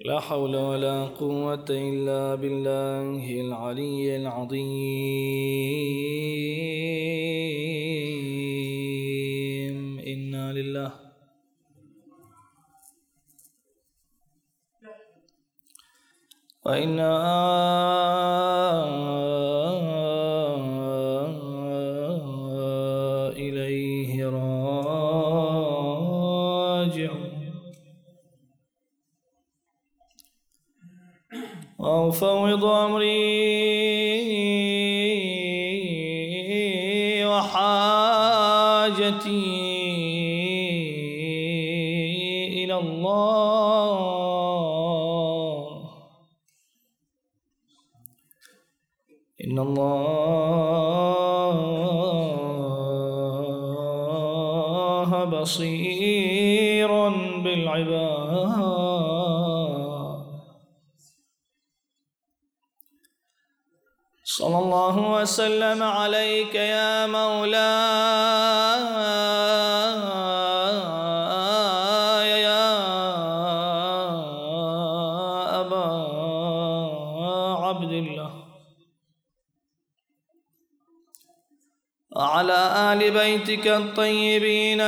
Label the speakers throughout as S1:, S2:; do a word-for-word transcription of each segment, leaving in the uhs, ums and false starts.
S1: لا حول ولا قوة إلا بالله العلي العظيم. إنا لله وإنا إليه راجعون. وأفوض أمري وحاجتي إلى الله، إن الله بصير بالعباد. صلى الله وسلم عليك يا مولاي يا أبا عبد الله، وعلى آل بيتك الطيبين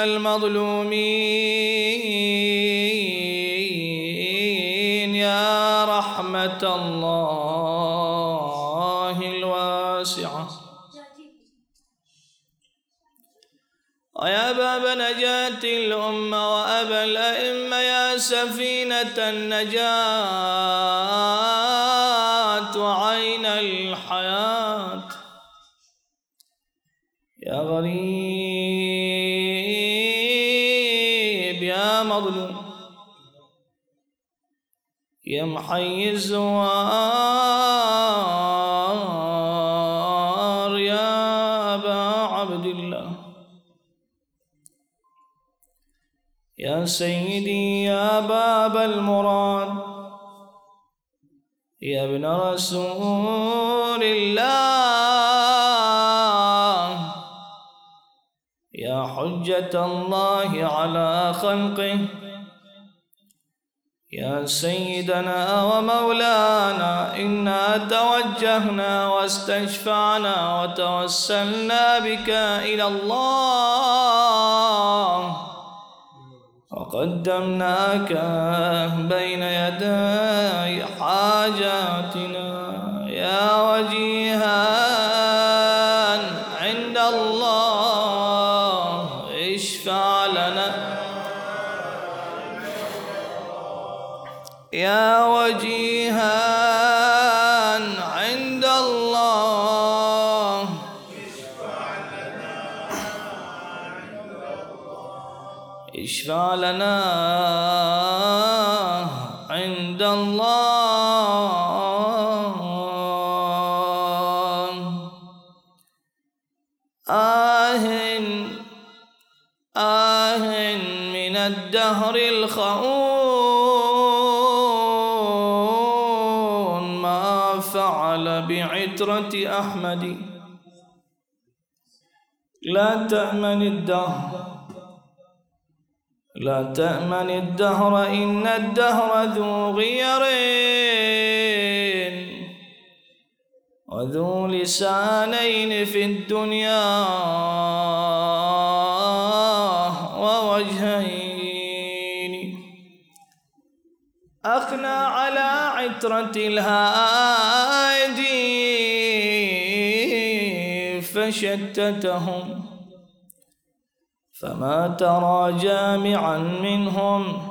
S1: المظلومين يا رحمة الله الواسعة، ويا باب نجاة الأمة وأبا الأئمة يا سفينة النجاة وعين الحياة، يا غريب يا مظلوم يا محيي الزوار يا أبا عبد الله، يا سيدي يا باب المراد، يا ابن رسول الله، يا حجة الله على خلقه، يا سيدنا ومولانا، إنا توجهنا واستشفعنا وتوسلنا بك إلى الله، وقدمناك بين يدي حاجاتنا يا وجيها عند الله، اشفع لنا يا وجيها عند الله، اشفع لنا عند الله. آه آه من الدهر الخؤون ما فعل بعترة أحمد. لا تأمن الدهر لا تأمن الدهر إن الدهر ذو غير وذو لسانين في الدنيا ووجهين. أخنى على عترة الهادي فشتتهم، فما ترى جامعا منهم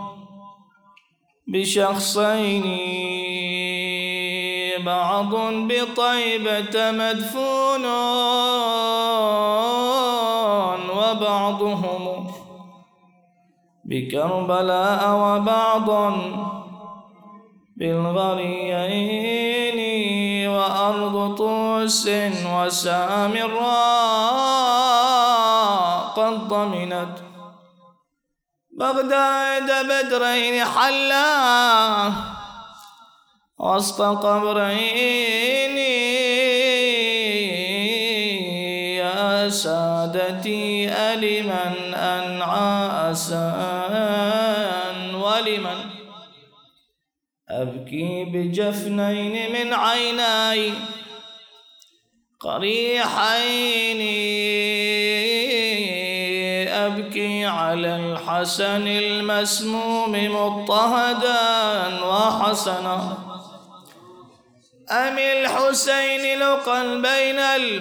S1: بشخصين، بعض بطيبة مدفون وبعضهم بكربلاء وبعض بالغريين، وأرض طوس وسامراء قد ضمنت بغداد بدرين حلا وسط قبرين. يا سادتي ألمن أنعى أسان ولمن أبكي بجفنين من عيناي قريحين، أبكي على الحسن المسموم مضطهدا وحسنا، أم الحسين لقا بين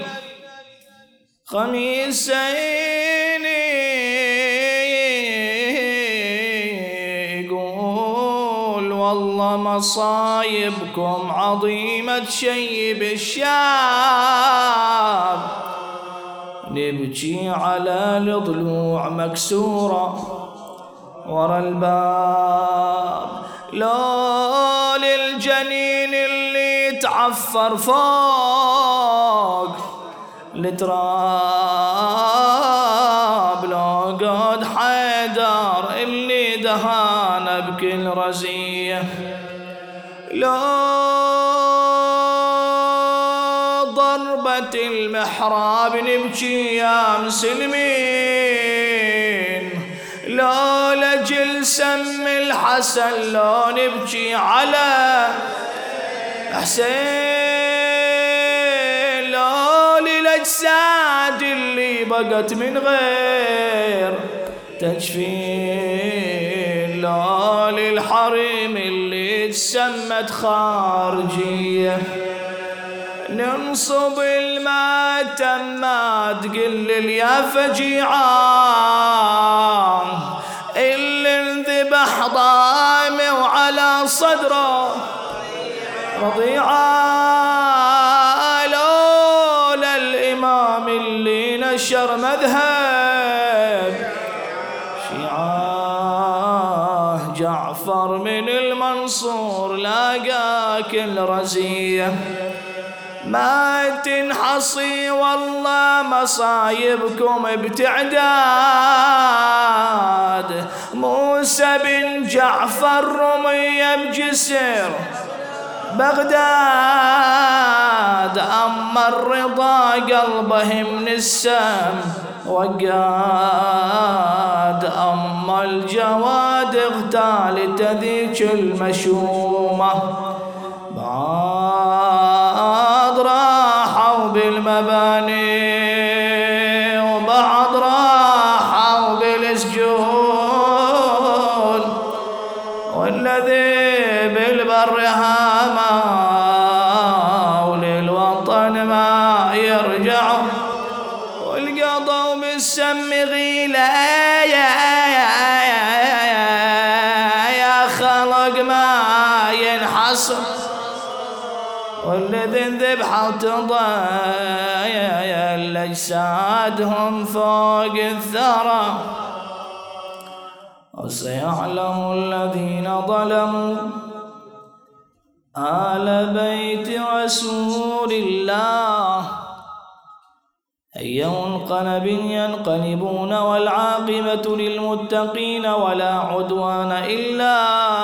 S1: الخميسين، يقول والله مصايبكم عظيمة شيب الشام، نبكي على الضلوع مكسورة ورا الباب، لو للجنين اللي تعفر فوق التراب، لو قد حيدر اللي دهانا بكل رزية، لو ضربة المحراب نبكي يا مسلمين، لو لجل سم الحسن لو نبكي على حسين، لو للأجساد اللي بقت من غير تجفين، لو للحريم اللي تسمت خارجية، ننصب الماتم ما تقلل يا فجيعان، اللي انذبح ضامي وعلى صدره رضيعة، لولا الإمام اللي نشر مذهب شيعة، جعفر من المنصور لاقى كل رزية، ما تنحصي والله مصايبكم بتعداد، موسى بن جعفر رمي بجسر بغداد، أما الرضا قلبه من السم وقاد، أما الجواد اغتالت ذيك المشومة، بعض راحوا بالمباني وبعض راحوا بالسجون، والذي بالبر هاما وللوطن ما يرجع، والقضوا بالسم غيلة يا خلق ما ينحصر، والذي انذبحوا تضايل أجسادهم فوق الثرى، وسيعلم الذين ظلموا آل بيت رسول الله أي منقلب ينقلبون، والعاقبة للمتقين ولا عدوان إلا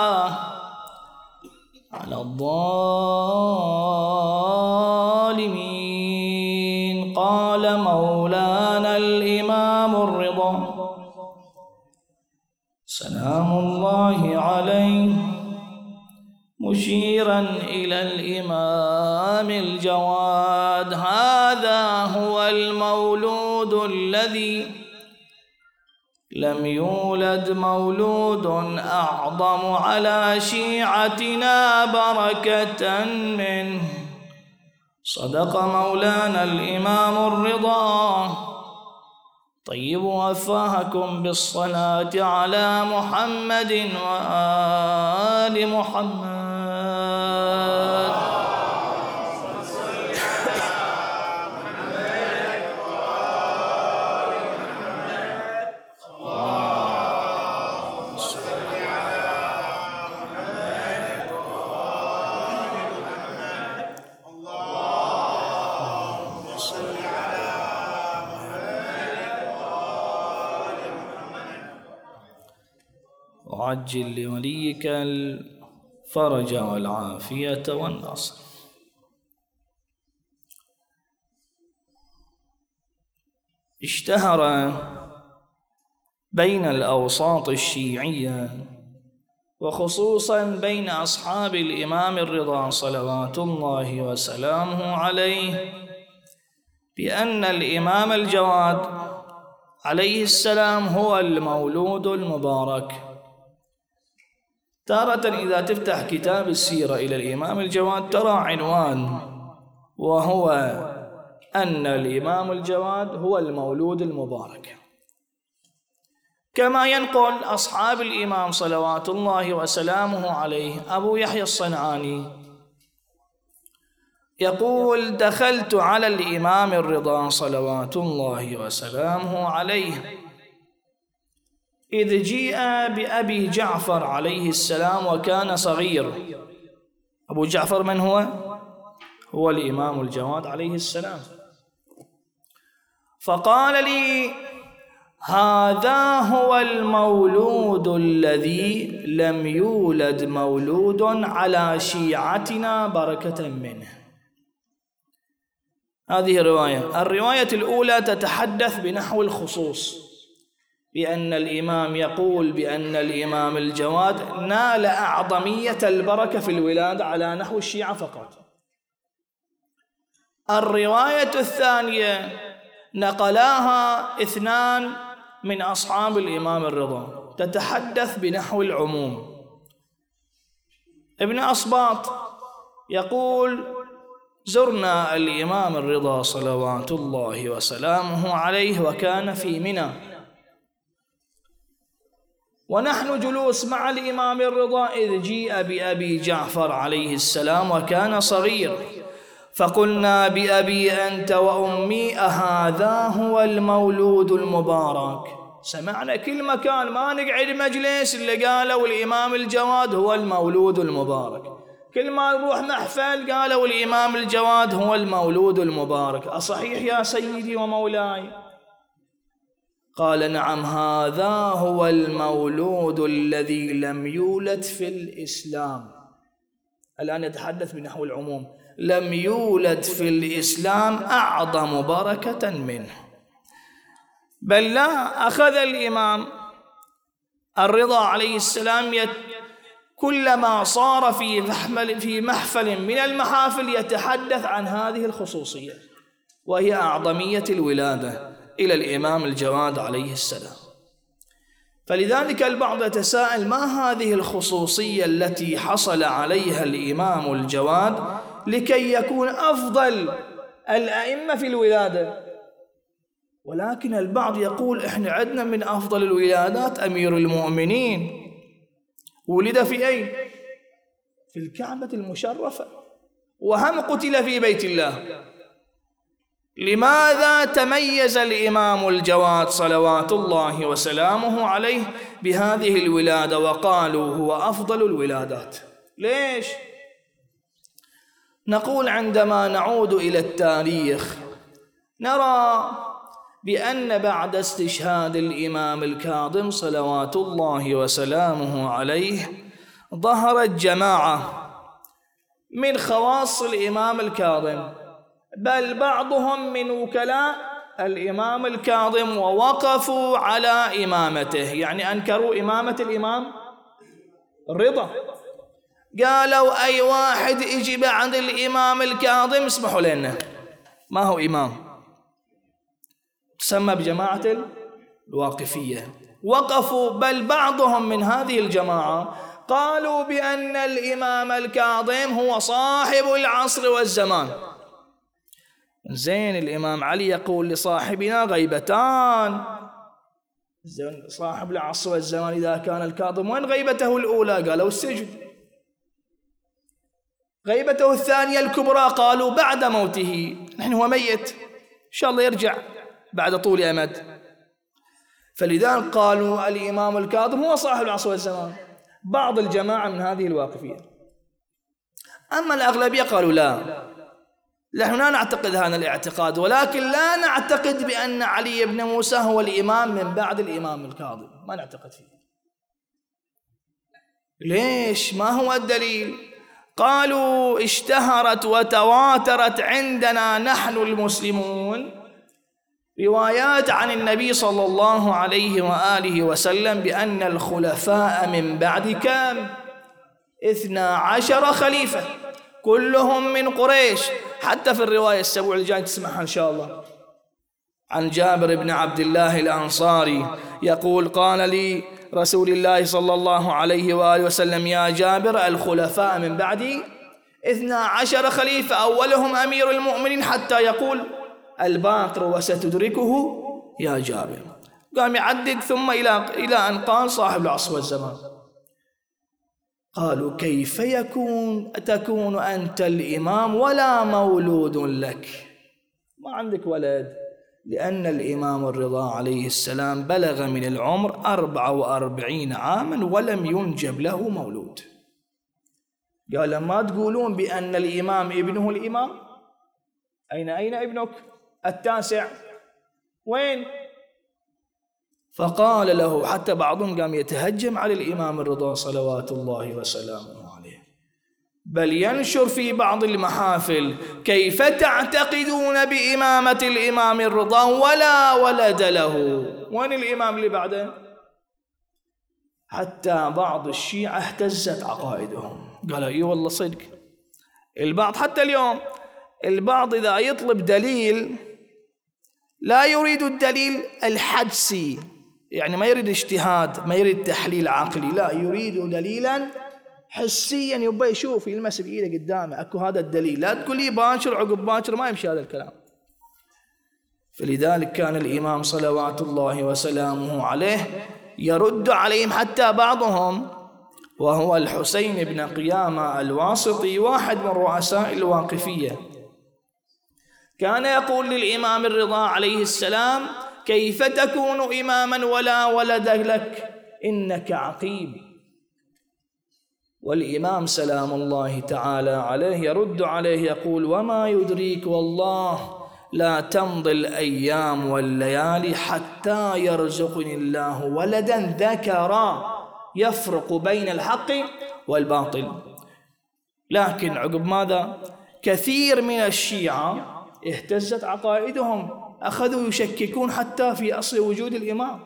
S1: على الظالمين. قال مولانا الإمام الرضا سلام الله عليه مشيرا إلى الإمام الجواد: هذا هو المولود الذي لم يولد مولود أعظم على شيعتنا بركة منه. صدق مولانا الإمام الرضا. طيبوا أفواهكم بالصلاة على محمد وآل محمد. وعجل لوليك الفرج والعافية والنصر. اشتهر بين الأوساط الشيعية وخصوصا بين أصحاب الإمام الرضا صلوات الله وسلامه عليه، بأن الإمام الجواد عليه السلام هو المولود المبارك. تارة إذا تفتح كتاب السيرة إلى الإمام الجواد ترى عنوان، وهو أن الإمام الجواد هو المولود المبارك، كما ينقل أصحاب الإمام صلوات الله وسلامه عليه. أبو يحيى الصنعاني يقول: دخلت على الإمام الرضا صلوات الله وسلامه عليه إذ جيء بأبي جعفر عليه السلام وكان صغير. أبو جعفر من هو؟ هو الإمام الجواد عليه السلام. فقال لي: هذا هو المولود الذي لم يولد مولود على شيعتنا بركة منه. هذه الرواية. الرواية الأولى تتحدث بنحو الخصوص، بأن الإمام يقول بأن الإمام الجواد نال أعظمية البركة في الولادة على نحو الشيعة فقط. الرواية الثانية نقلاها اثنان من أصحاب الإمام الرضا، تتحدث بنحو العموم. ابن أصباط يقول: زرنا الإمام الرضا صلوات الله وسلامه عليه وكان في منى، ونحن جلوس مع الإمام الرضا إذ جيء بأبي جعفر عليه السلام وكان صغير، فقلنا بأبي أنت وأمي أهذا هو المولود المبارك. سمعنا كل مكان، ما نقعد مجلس اللي قالوا الإمام الجواد هو المولود المبارك، كل ما نروح محفل قالوا الإمام الجواد هو المولود المبارك. أصحيح يا سيدي ومولاي؟ قال: نعم، هذا هو المولود الذي لم يولد في الإسلام. الآن يتحدث بنحو العموم، لم يولد في الإسلام أعظم بركة منه. بل لا، أخذ الإمام الرضا عليه السلام يت كلما صار في محفل في محفل من المحافل يتحدث عن هذه الخصوصية، وهي أعظمية الولادة إلى الإمام الجواد عليه السلام. فلذلك البعض يتساءل: ما هذه الخصوصية التي حصل عليها الإمام الجواد لكي يكون أفضل الأئمة في الولادة؟ ولكن البعض يقول: إحنا عندنا من أفضل الولادات أمير المؤمنين، ولد في أين؟ في الكعبة المشرفة، وهم قتل في بيت الله. لماذا تميز الإمام الجواد صلوات الله وسلامه عليه بهذه الولادة وقالوا هو أفضل الولادات؟ ليش؟ نقول: عندما نعود إلى التاريخ نرى بأن بعد استشهاد الإمام الكاظم صلوات الله وسلامه عليه ظهرت جماعة من خواص الإمام الكاظم، بل بعضهم من وكلاء الإمام الكاظم، ووقفوا على إمامته، يعني أنكروا إمامة الإمام الرضا. قالوا: أي واحد يجي بعد الإمام الكاظم اسمحوا لنا، ما هو إمام. تسمى بجماعة الواقفية. وقفوا، بل بعضهم من هذه الجماعة قالوا بأن الإمام الكاظم هو صاحب العصر والزمان. زين، الإمام علي يقول لصاحبنا غيبتان، زين صاحب العصر والزمان إذا كان الكاظم وين غيبته الأولى؟ قالوا السجن. غيبته الثانية الكبرى قالوا بعد موته، نحن هو ميت إن شاء الله يرجع بعد طول أمد. فلذلك قالوا الإمام الكاظم هو صاحب العصر والزمان، بعض الجماعة من هذه الواقفية. أما الأغلبية قالوا لا، نحن لا نعتقد هذا الاعتقاد، ولكن لا نعتقد بأن علي بن موسى هو الإمام من بعد الإمام الكاظم، ما نعتقد فيه. ليش؟ ما هو الدليل؟ قالوا: اشتهرت وتواترت عندنا نحن المسلمون روايات عن النبي صلى الله عليه وآله وسلم بأن الخلفاء من بعد كم؟ اثنا عشر خليفة كلهم من قريش. حتى في الرواية السبوع الجاي تسمعها إن شاء الله عن جابر بن عبد الله الأنصاري يقول: قال لي رسول الله صلى الله عليه وآله وسلم: يا جابر، الخلفاء من بعدي اثنا عشر خليفة، أولهم أمير المؤمنين، حتى يقول الباقر وستدركه يا جابر. قام يعدد ثم إلى إلى أن قال صاحب العصر والزمان. قالوا: كيف يكون تكون أنت الإمام ولا مولود لك؟ ما عندك ولد. لأن الإمام الرضا عليه السلام بلغ من العمر أربعة وأربعين عاما ولم ينجب له مولود. قال: ما تقولون بأن الإمام ابنه الإمام؟ أين أين ابنك التاسع؟ وين؟ فقال له، حتى بعضهم قام يتهجم على الإمام الرضا صلوات الله وسلامه عليه، بل ينشر في بعض المحافل: كيف تعتقدون بإمامة الإمام الرضا ولا ولد له؟ وين الإمام اللي بعده؟ حتى بعض الشيعة اهتزت عقائدهم، قالوا: اي والله صدق. البعض حتى اليوم البعض إذا يطلب دليل لا يريد الدليل الحدسي، يعني ما يريد اجتهاد، ما يريد تحليل عقلي، لا، يريد دليلا حسيا، يبقى يشوف يلمس بإيده قدامه، اكو هذا الدليل، لا تقول لي باشر عقب باشر، ما يمشي هذا الكلام. فلذلك كان الإمام صلوات الله وسلامه عليه يرد عليهم، حتى بعضهم وهو الحسين بن قيامة الواسطي، واحد من رؤساء الواقفية، كان يقول للإمام الرضا عليه السلام: كيف تكون إماما ولا ولد لك؟ إنك عقيم. والإمام سلام الله تعالى عليه يرد عليه يقول: وما يدريك والله لا تمضي الأيام والليالي حتى يرزقني الله ولدا ذكرا يفرق بين الحق والباطل. لكن عقب ماذا؟ كثير من الشيعة اهتزت عقائدهم، أخذوا يشككون حتى في أصل وجود الإمام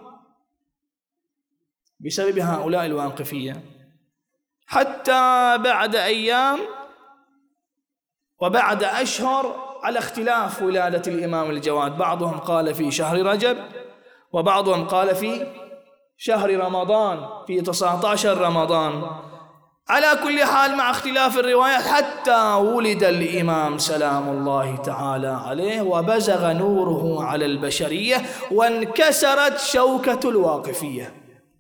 S1: بسبب هؤلاء الواقفية. حتى بعد أيام وبعد أشهر على اختلاف ولادة الإمام الجواد، بعضهم قال في شهر رجب وبعضهم قال في شهر رمضان، في تسعة عشر رمضان. على كل حال مع اختلاف الروايات، حتى ولد الإمام سلام الله تعالى عليه وبزغ نوره على البشرية وانكسرت شوكة الواقفية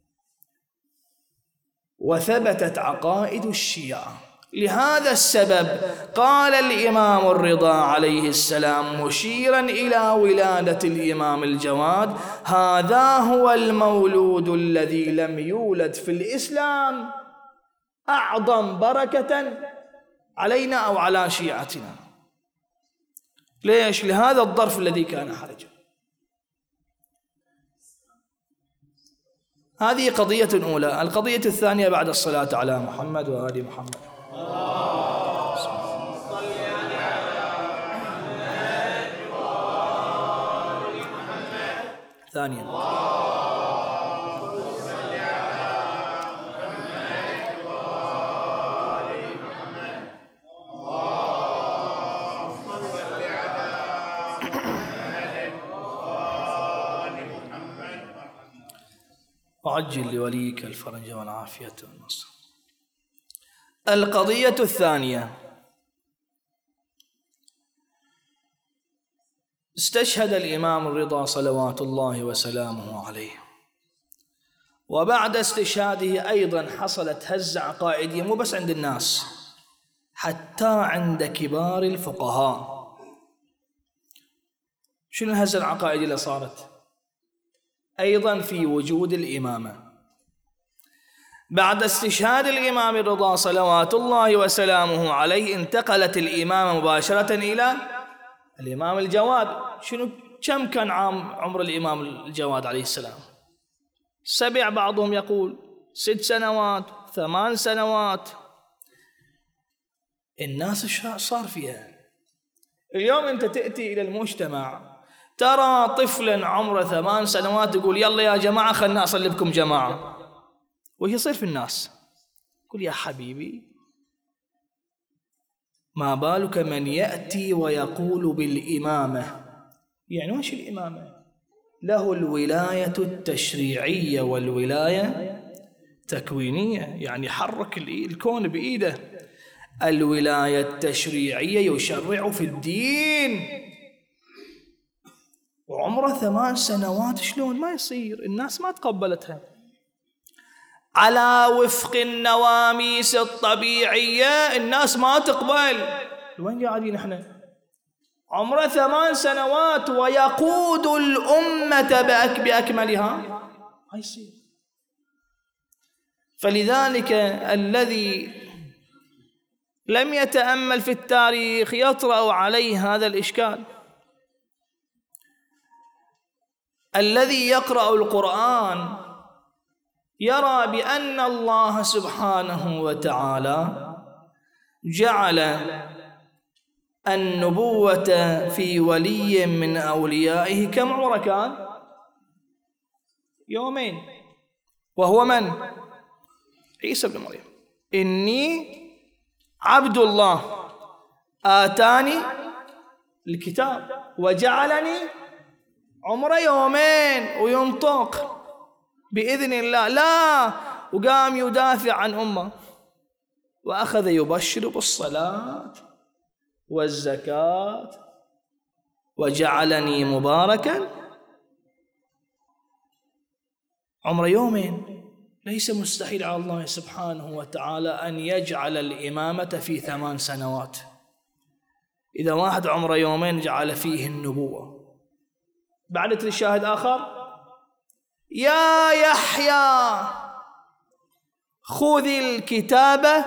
S1: وثبتت عقائد الشيعة. لهذا السبب قال الإمام الرضا عليه السلام مشيرا إلى ولادة الإمام الجواد: هذا هو المولود الذي لم يولد في الإسلام أعظم بركة علينا أو على شيعتنا. ليش؟ لهذا الظرف الذي كان حرجا. هذه قضية أولى. القضية الثانية بعد الصلاة على محمد وآل محمد. ثانيا، وعجل لوليك الفرج والعافية والنصر. القضية الثانية: استشهد الإمام الرضا صلوات الله وسلامه عليه، وبعد استشهاده أيضا حصلت هزة عقائدية، مو بس عند الناس، حتى عند كبار الفقهاء. شنو الهزة العقائدية اللي صارت؟ أيضا في وجود الإمامة. بعد استشهاد الإمام الرضا صلوات الله وسلامه عليه انتقلت الإمامة مباشرة إلى الإمام الجواد. شنو كم كان عام عمر الإمام الجواد عليه السلام؟ سبع، بعضهم يقول ست سنوات، ثمان سنوات. الناس ايش صار فيها؟ اليوم أنت تأتي إلى المجتمع ترى طفلا عمره ثمان سنوات يقول يلا يا جماعة خلنا أصلي بكم جماعة، وش يصير في الناس؟ يقول يا حبيبي ما بالك من يأتي ويقول بالإمامة؟ يعني وش الإمامة؟ له الولاية التشريعية والولاية التكوينية، يعني حرك الكون بإيده. الولاية التشريعية يشرع في الدين وعمره ثمان سنوات، شلون ما يصير؟ الناس ما تقبلتها على وفق النواميس الطبيعية، الناس ما تقبل. وين قاعدين احنا؟ عمره ثمان سنوات ويقود الأمة بأكملها، ما يصير. فلذلك الذي لم يتأمل في التاريخ يطرأ عليه هذا الإشكال. الذي يقرأ القرآن يرى بأن الله سبحانه وتعالى جعل النبوة في ولي من أوليائه كم عمره كان؟ يومين، وهو من؟ عيسى بن مريم. إني عبد الله آتاني الكتاب وجعلني، عمره يومين وينطق بإذن الله. لا، وقام يدافع عن أمه وأخذ يبشر بالصلاة والزكاة وجعلني مباركا. عمره يومين. ليس مستحيل على الله سبحانه وتعالى أن يجعل الإمامة في ثمان سنوات. إذا واحد عمره يومين جعل فيه النبوة. بعدت للشاهد آخر: يا يحيى خذ الكتاب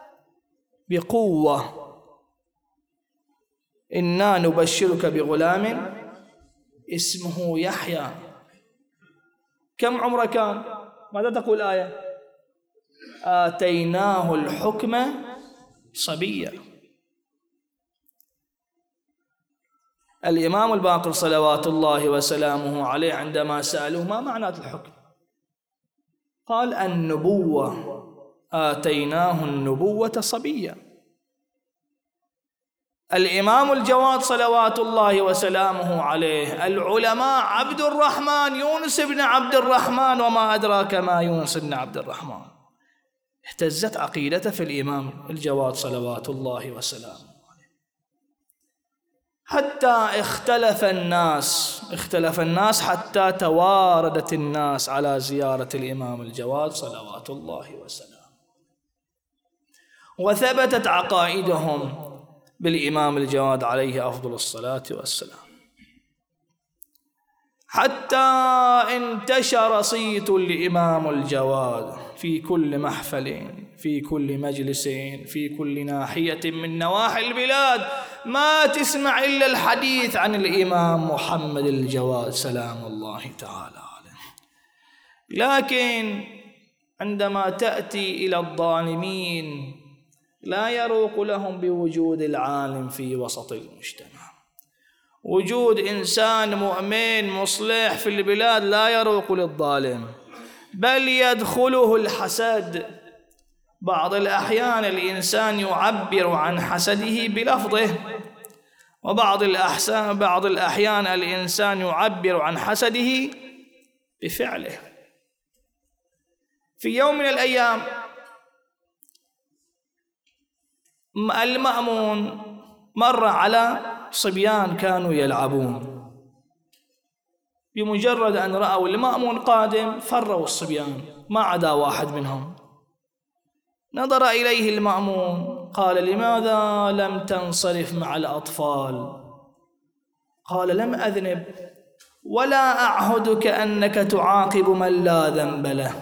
S1: بقوة إنا نبشرك بغلام اسمه يحيى. كم عمره كان؟ ماذا تقول الآية؟ آتيناه الحكم صبيا. الإمام الباقر صلوات الله وسلامه عليه عندما سألوه ما معنى الحكم قال النبوة، آتيناه النبوة صبيا. الإمام الجواد صلوات الله وسلامه عليه: العلماء عبد الرحمن يونس بن عبد الرحمن وما أدراك ما يونس بن عبد الرحمن. اهتزت عقيدته في الإمام الجواد صلوات الله وسلامه عليه، حتى اختلف الناس اختلف الناس حتى تواردت الناس على زيارة الإمام الجواد صلوات الله وسلامه، وثبتت عقائدهم بالإمام الجواد عليه أفضل الصلاة والسلام، حتى انتشر صيت الإمام الجواد في كل محفل، في كل مجلس، في كل ناحية من نواحي البلاد، ما تسمع إلا الحديث عن الإمام محمد الجواد سلام الله تعالى عليه. لكن عندما تأتي إلى الظالمين لا يروق لهم بوجود العالم في وسط المجتمع. وجود إنسان مؤمن مصلح في البلاد لا يروق للظالم، بل يدخله الحسد. بعض الأحيان الإنسان يعبر عن حسده بلفظه، وبعض الأحسان بعض الأحيان الإنسان يعبر عن حسده بفعله. في يوم من الأيام المأمون مر على صبيان كانوا يلعبون، بمجرد أن رأوا المأمون قادم فروا الصبيان ما عدا واحد منهم. نظر إليه المأمون قال: لماذا لم تنصرف مع الأطفال؟ قال: لم أذنب ولا أعهدك أنك تعاقب من لا ذنب له.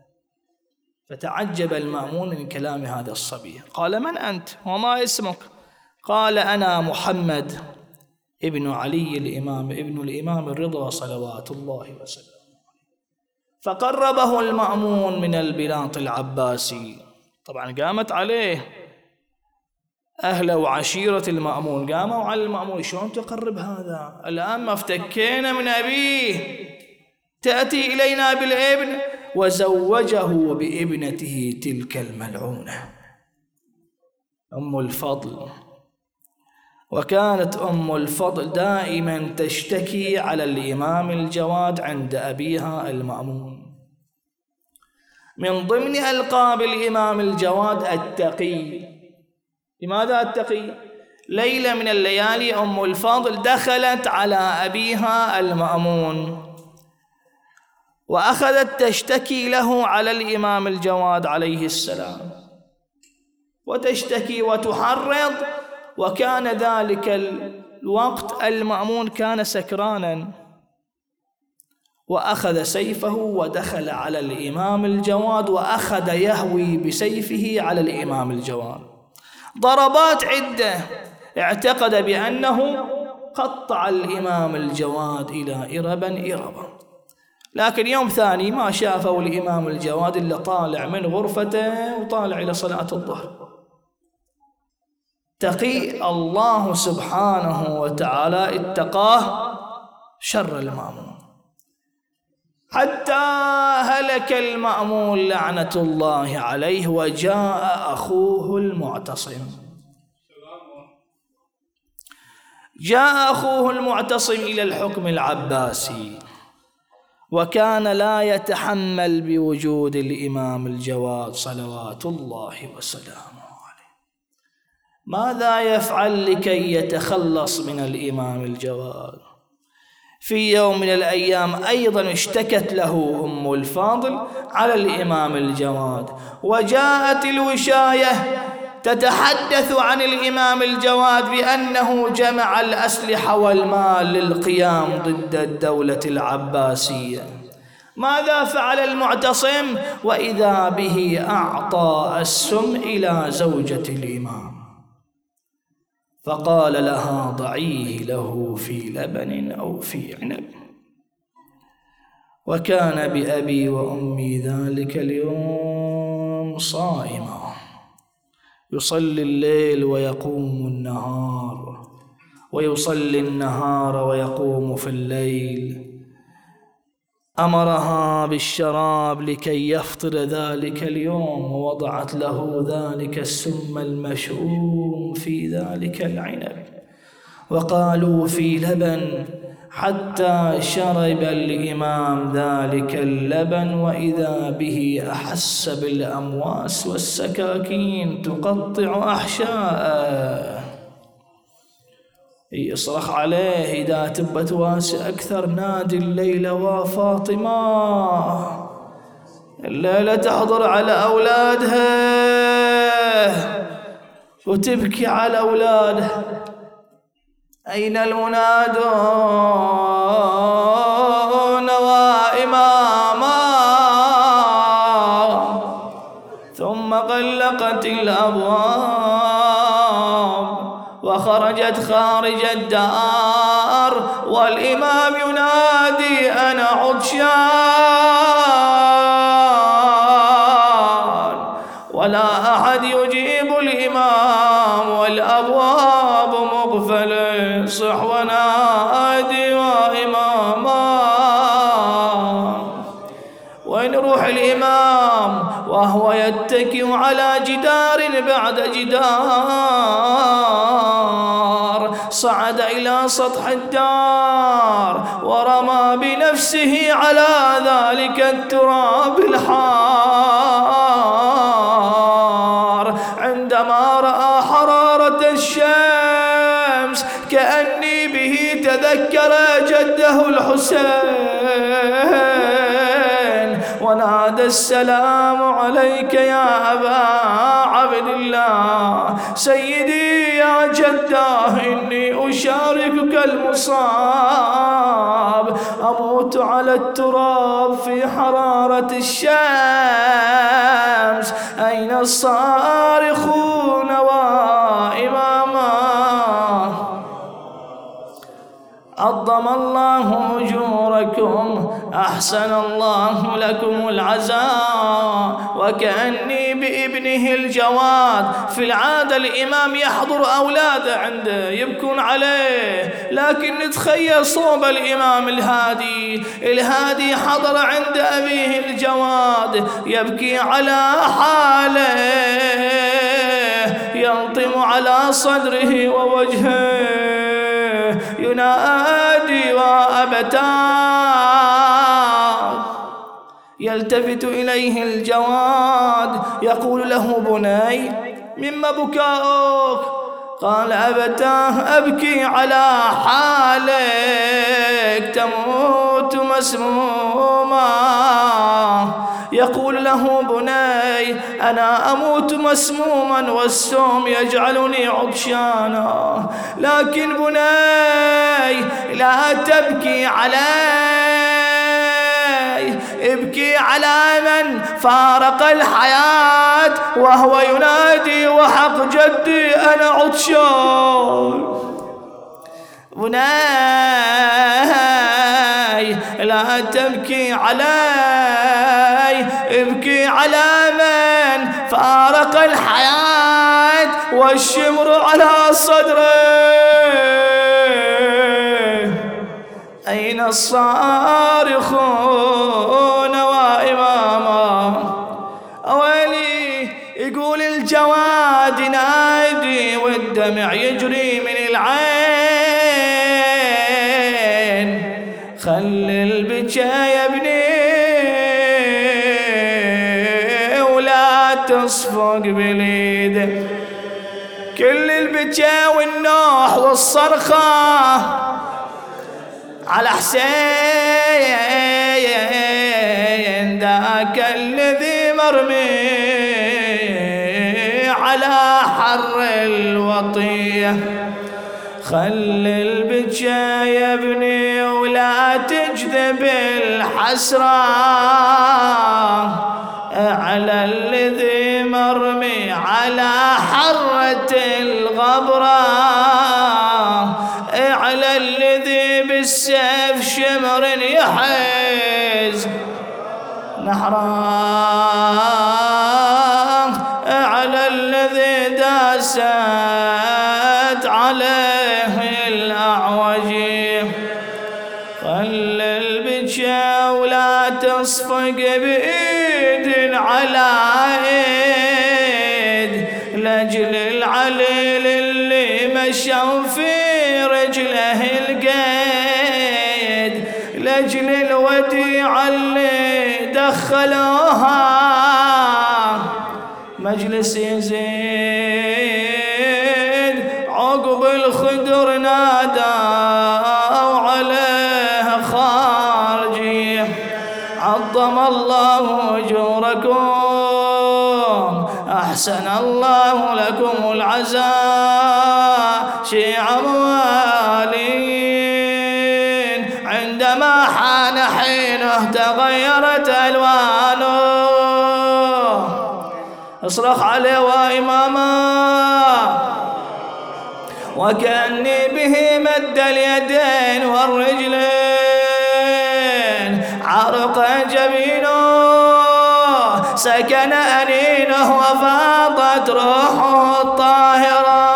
S1: فتعجب المأمون من كلام هذا الصبي، قال: من أنت وما اسمك؟ قال: أنا محمد ابن علي الإمام ابن الإمام الرضا صلوات الله وسلامه. فقربه المأمون من البلاط العباسي. طبعا قامت عليه أهل وعشيرة المأمون قاموا على المأمون: شلون تقرب هذا؟ الآن ما افتكينا من أبيه، تأتي إلينا بالابن. وزوجه بابنته تلك الملعونة أم الفضل. وكانت أم الفضل دائما تشتكي على الإمام الجواد عند أبيها المأمون. من ضمن ألقاب الإمام الجواد التقي. لماذا التقي؟ ليلة من الليالي أم الفضل دخلت على أبيها المأمون وأخذت تشتكي له على الإمام الجواد عليه السلام، وتشتكي وتحرض. وكان ذلك الوقت المأمون كان سكرانا، وأخذ سيفه ودخل على الإمام الجواد وأخذ يهوي بسيفه على الإمام الجواد ضربات عدة. اعتقد بأنه قطع الإمام الجواد إلى إربا إربا، لكن يوم ثاني ما شافوا الإمام الجواد إلا طالع من غرفته وطالع إلى صلاة الظهر. تقي الله سبحانه وتعالى اتقاه شر المأمون، حتى هلك المأمون لعنة الله عليه. وجاء أخوه المعتصم جاء أخوه المعتصم إلى الحكم العباسي، وكان لا يتحمل بوجود الإمام الجواد صلوات الله وسلامه عليه. ماذا يفعل لكي يتخلص من الإمام الجواد؟ في يوم من الأيام أيضا اشتكت له أم الفاضل على الإمام الجواد، وجاءت الوشاية تتحدث عن الإمام الجواد بأنه جمع الأسلحة والمال للقيام ضد الدولة العباسية. ماذا فعل المعتصم؟ وإذا به أعطى السم إلى زوجة الإمام، فقال لها: ضعيه له في لبن أو في عنب. وكان بأبي وأمي ذلك اليوم صائما، يصلي الليل ويقوم النهار، ويصلي النهار ويقوم في الليل. أمرها بالشراب لكي يفطر ذلك اليوم، ووضعت له ذلك السم المشؤوم في ذلك العنب، وقالوا في لبن، حتى شرب الإمام ذلك اللبن، وإذا به أحس بالأمواس والسكاكين تقطع أحشاءه. يصرخ عليه: إذا تبى تواسي أكثر نادي الليلة وفاطمة، الليلة تحضر على أولادها وتبكي على أولادها. أين المنادون وإماما؟ ثم غلقت الأبواب وخرجت خارج الدار، والإمام ينادي: أنا عطشان، ولا أحد يجيب الإمام، والأبواب مقفلة. صح ونادي وإماما. وين روح الإمام وهو يتكئ على جدار بعد جدار؟ صعد إلى سطح الدار ورمى بنفسه على ذلك التراب الحار. عندما رأى حرارة الشمس كأني به تذكر جده الحسين، ونادى: السلام عليك يا أبا عبد الله، سيدي يا جده، إني أشاركك المصاب، أموت على التراب في حرارة الشمس، أين الصارخون وإماما؟ عظم الله أجوركم، أحسن الله لكم العزاء. وكأني بابنه الجواد. في العادة الإمام يحضر أولاده عنده يبكون عليه، لكن نتخيل صوب الإمام الهادي. الهادي حضر عند أبيه الجواد يبكي على حاله، يلطم على صدره ووجهه، ينادي وأبتاه. يلتفت إليه الجواد يقول له: بني، مما بكاؤك؟ قال: أبتاه، أبكي على حالك، تموت مسموما. يقول له: بني، أنا أموت مسموما والسم يجعلني عطشانا، لكن بني لا تبكي علي، ابكي على من فارق الحياة وهو ينادي وحق جدي أنا عطشان. بني لا تبكي علي، ابكي على من فارق الحياة والشمر على صدره. أين الصارخون وإماما؟ أولي يقول الجواد نادي والدمع يجري من العين. خل البكا يا ابني ولا تصفق باليد. كل البكا والنوح والصرخة على حسين ذاك الذي مرمي على حر الوطية. خل البكا يا ابني ولا تجذب الحسرة على الذي مرمي على حرة الغبرة، على الذي بالسيف شمر يحز نحرا، على الذي داست عليه الأعوجي. خل البكا ولا تصفق بإيد على إيد، لأجل العليل اللي مشوا في رجله القيد، لأجل الوديعة اللي دخلوها مجلس يزيد. عقب الخدر نادوا عليه خارجي: عظم الله أجوركم، أحسن الله لكم العزاء. شيع موالين عندما حان حينه تغيرت ألوانه. اصرخ عليه وإماما. وكأني به مد اليدين والرجلين، عرق جبينه سكن أنينه وفاضت روحه الطاهرة.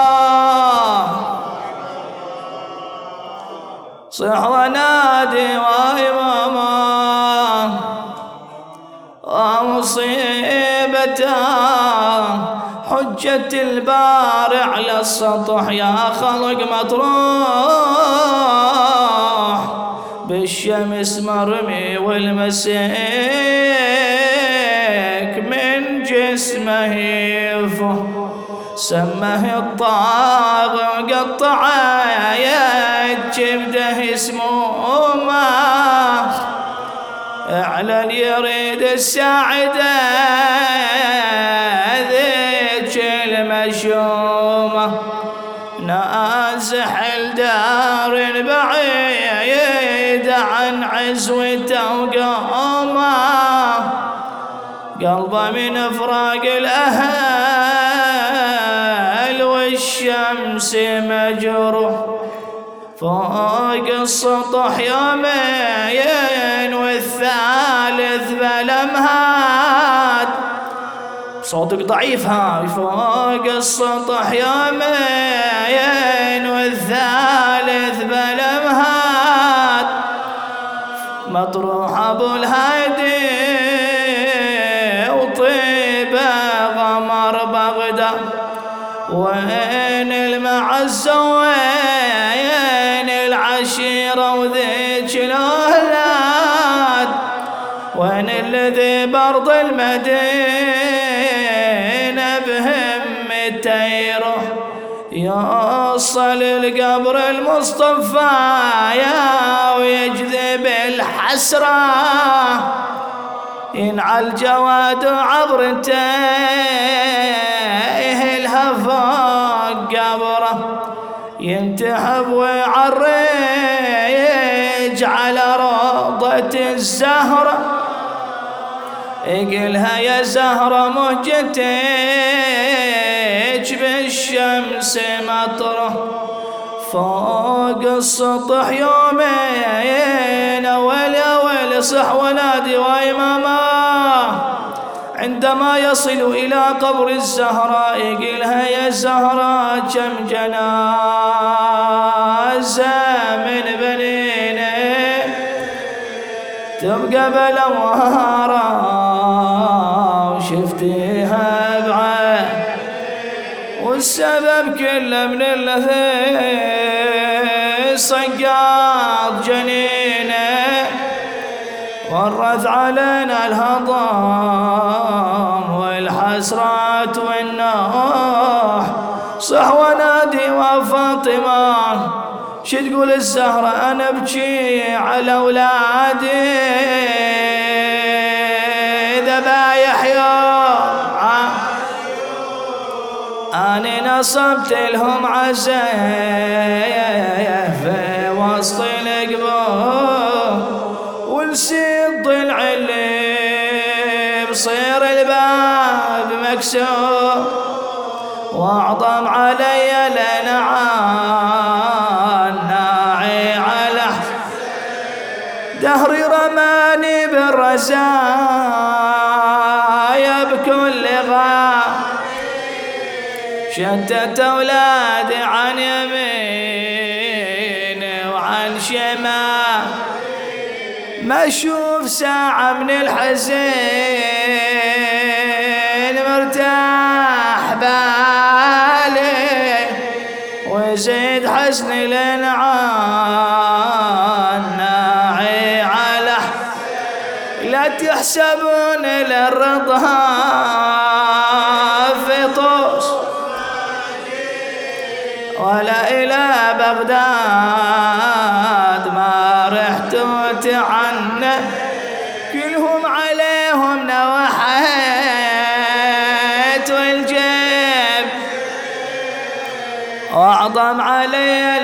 S1: صح ونادي وإماما ومصيبته حجة البارع على السطح يا خلق مطروح، بالشمس مرمي والمسيك من جسمه يفه. سمه الطاغ وقطعه يد جبده اسمه اعلن يريد الساعدة ذيك المشومة، نازح الدار بعيد عن عزوته وقومه، قلبه من فراق الأهل والشمس مجروح. فوق السطح يومين والثالث بلمهاد. صوتك ضعيف هاي. فوق السطح يومين والثالث بلمهاد. مطروح ابو الهادي وطيبه غمر بغداد. وين المعزه وين العشيره وذيك الاولاد. وين الذي برض المدينه بهمته يروح يوصل القبر المصطفى يا ويجذب الحسرة. ينعى الجواد عبرته يهلها فوق قبره. ينتحب ويعرج على روضة الزهرة. يقلها يا زهرة مهجتك بالشمس مطره. فوق السطح يومين أول أول صح ونادي وإماما. عندما يصل إلى قبر الزهراء يقلها يا زهراء كم جنازة من بنيني تبقى بلوارة وشفتيها بعين. والسبب كله من الذي صقاط جنينه ورث علينا الهضام والحسرات والنوح. صح ونادي وفاطمة شو تقول الزهرة أنا أبكي على أولادي ذبايح يوم أنا نصبت لهم عزايا في وسط القبور. ونسيت ضلع اللي بصير الباب مكسور. واعظم علي لنعان ناعي على دهري رماني بالرزايا بكل غاب. شتت أولادي عن يمين وعن شمال. ما أشوف ساعة من الحزين مرتاح بالي. وزيد حزني لنعان ناعي على لا تحسبون للرضا في طوس ولا إلى بغداد ما رحت وتعنى. كلهم عليهم نوحيت والجيب وأعظم علي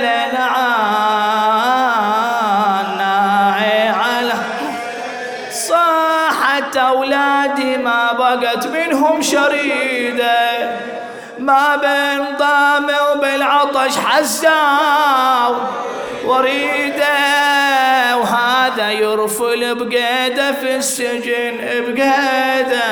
S1: لنعان ناعي على صاحت أولادي ما بقت منهم شريدة. ما بين ضامي وبالعطش حزاو وريده. وهذا يرفل بقيده في السجن بقيده.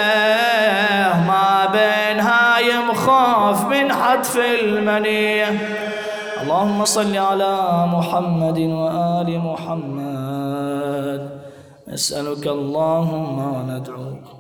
S1: ما بين هايم خوف من حتف المنية. اللهم صل على محمد وآل محمد. نسألك اللهم وندعوك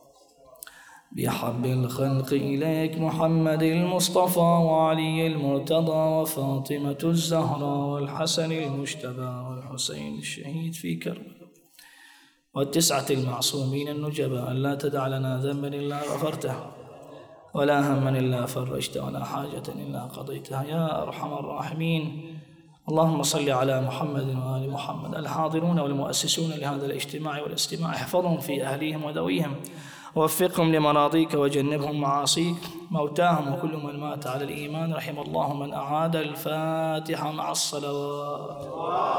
S1: بحب الخلق إليك محمد المصطفى وعلي المرتضى وفاطمة الزهراء والحسن المجتبى والحسين الشهيد في كربلاء والتسعة المعصومين النجباء. لا تدع لنا ذنبا إلا غفرته ولا هما إلا فرجته ولا حاجة إلا قضيتها يا أرحم الراحمين. اللهم صل على محمد وآل محمد. الحاضرون والمؤسسون لهذا الاجتماع والاستماع احفظهم في أهليهم وذويهم ووفقهم لمراضيك وجنبهم معاصيك. موتاهم وكل من مات على الإيمان رحم الله من أعاد الفاتحة مع الصلوات.